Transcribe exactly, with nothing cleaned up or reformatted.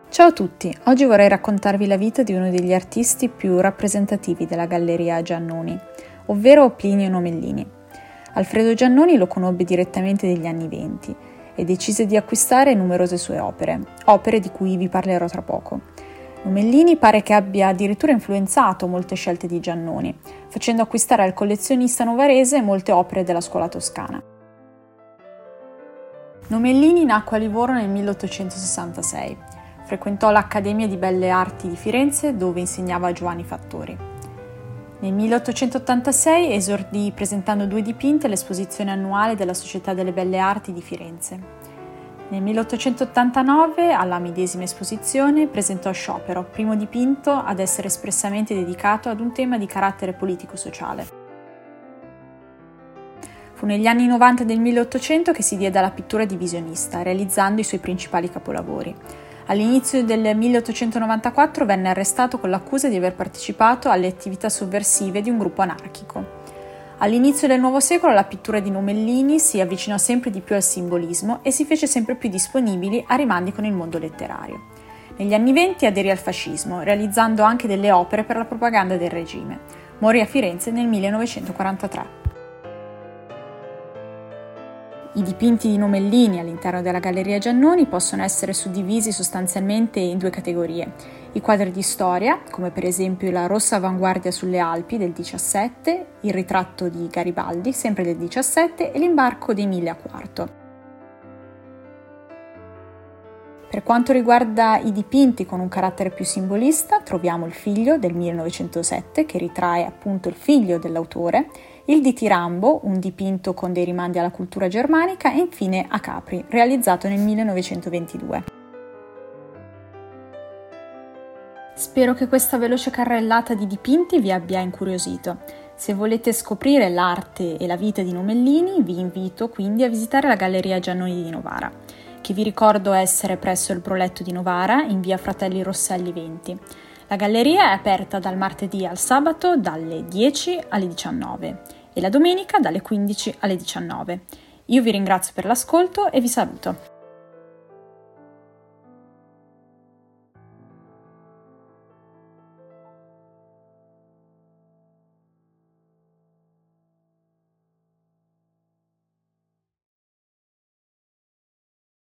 Ciao a tutti, oggi vorrei raccontarvi la vita di uno degli artisti più rappresentativi della Galleria Giannoni, ovvero Plinio Nomellini. Alfredo Giannoni lo conobbe direttamente negli anni venti e decise di acquistare numerose sue opere, opere di cui vi parlerò tra poco. Nomellini pare che abbia addirittura influenzato molte scelte di Giannoni, facendo acquistare al collezionista novarese molte opere della scuola toscana. Nomellini nacque a Livorno nel milleottocentosessantasei. Frequentò l'Accademia di Belle Arti di Firenze, dove insegnava Giovanni Fattori. Nel milleottocentottantasei esordì presentando due dipinti all'esposizione annuale della Società delle Belle Arti di Firenze. Nel milleottocentottantanove, alla medesima esposizione, presentò Sciopero, primo dipinto ad essere espressamente dedicato ad un tema di carattere politico-sociale. Fu negli anni novanta del milleottocento che si diede alla pittura divisionista, realizzando i suoi principali capolavori. All'inizio del milleottocentonovantaquattro venne arrestato con l'accusa di aver partecipato alle attività sovversive di un gruppo anarchico. All'inizio del nuovo secolo la pittura di Nomellini si avvicinò sempre di più al simbolismo e si fece sempre più disponibili a rimandi con il mondo letterario. Negli anni venti aderì al fascismo, realizzando anche delle opere per la propaganda del regime. Morì a Firenze nel millenovecentoquarantatré. I dipinti di Nomellini all'interno della Galleria Giannoni possono essere suddivisi sostanzialmente in due categorie: i quadri di storia, come per esempio la Rossa Avanguardia sulle Alpi del diciassette, il ritratto di Garibaldi, sempre del diciassette, e l'imbarco dei Mille a Quarto. Per quanto riguarda i dipinti con un carattere più simbolista, troviamo il Figlio del millenovecentosette, che ritrae appunto il figlio dell'autore, il Ditirambo, un dipinto con dei rimandi alla cultura germanica, e infine A Capri, realizzato nel millenovecentoventidue. Spero che questa veloce carrellata di dipinti vi abbia incuriosito. Se volete scoprire l'arte e la vita di Nomellini, vi invito quindi a visitare la Galleria Giannoni di Novara, che vi ricordo essere presso il Broletto di Novara, in via Fratelli Rosselli venti. La galleria è aperta dal martedì al sabato dalle dieci alle diciannove e la domenica dalle quindici alle diciannove. Io vi ringrazio per l'ascolto e vi saluto.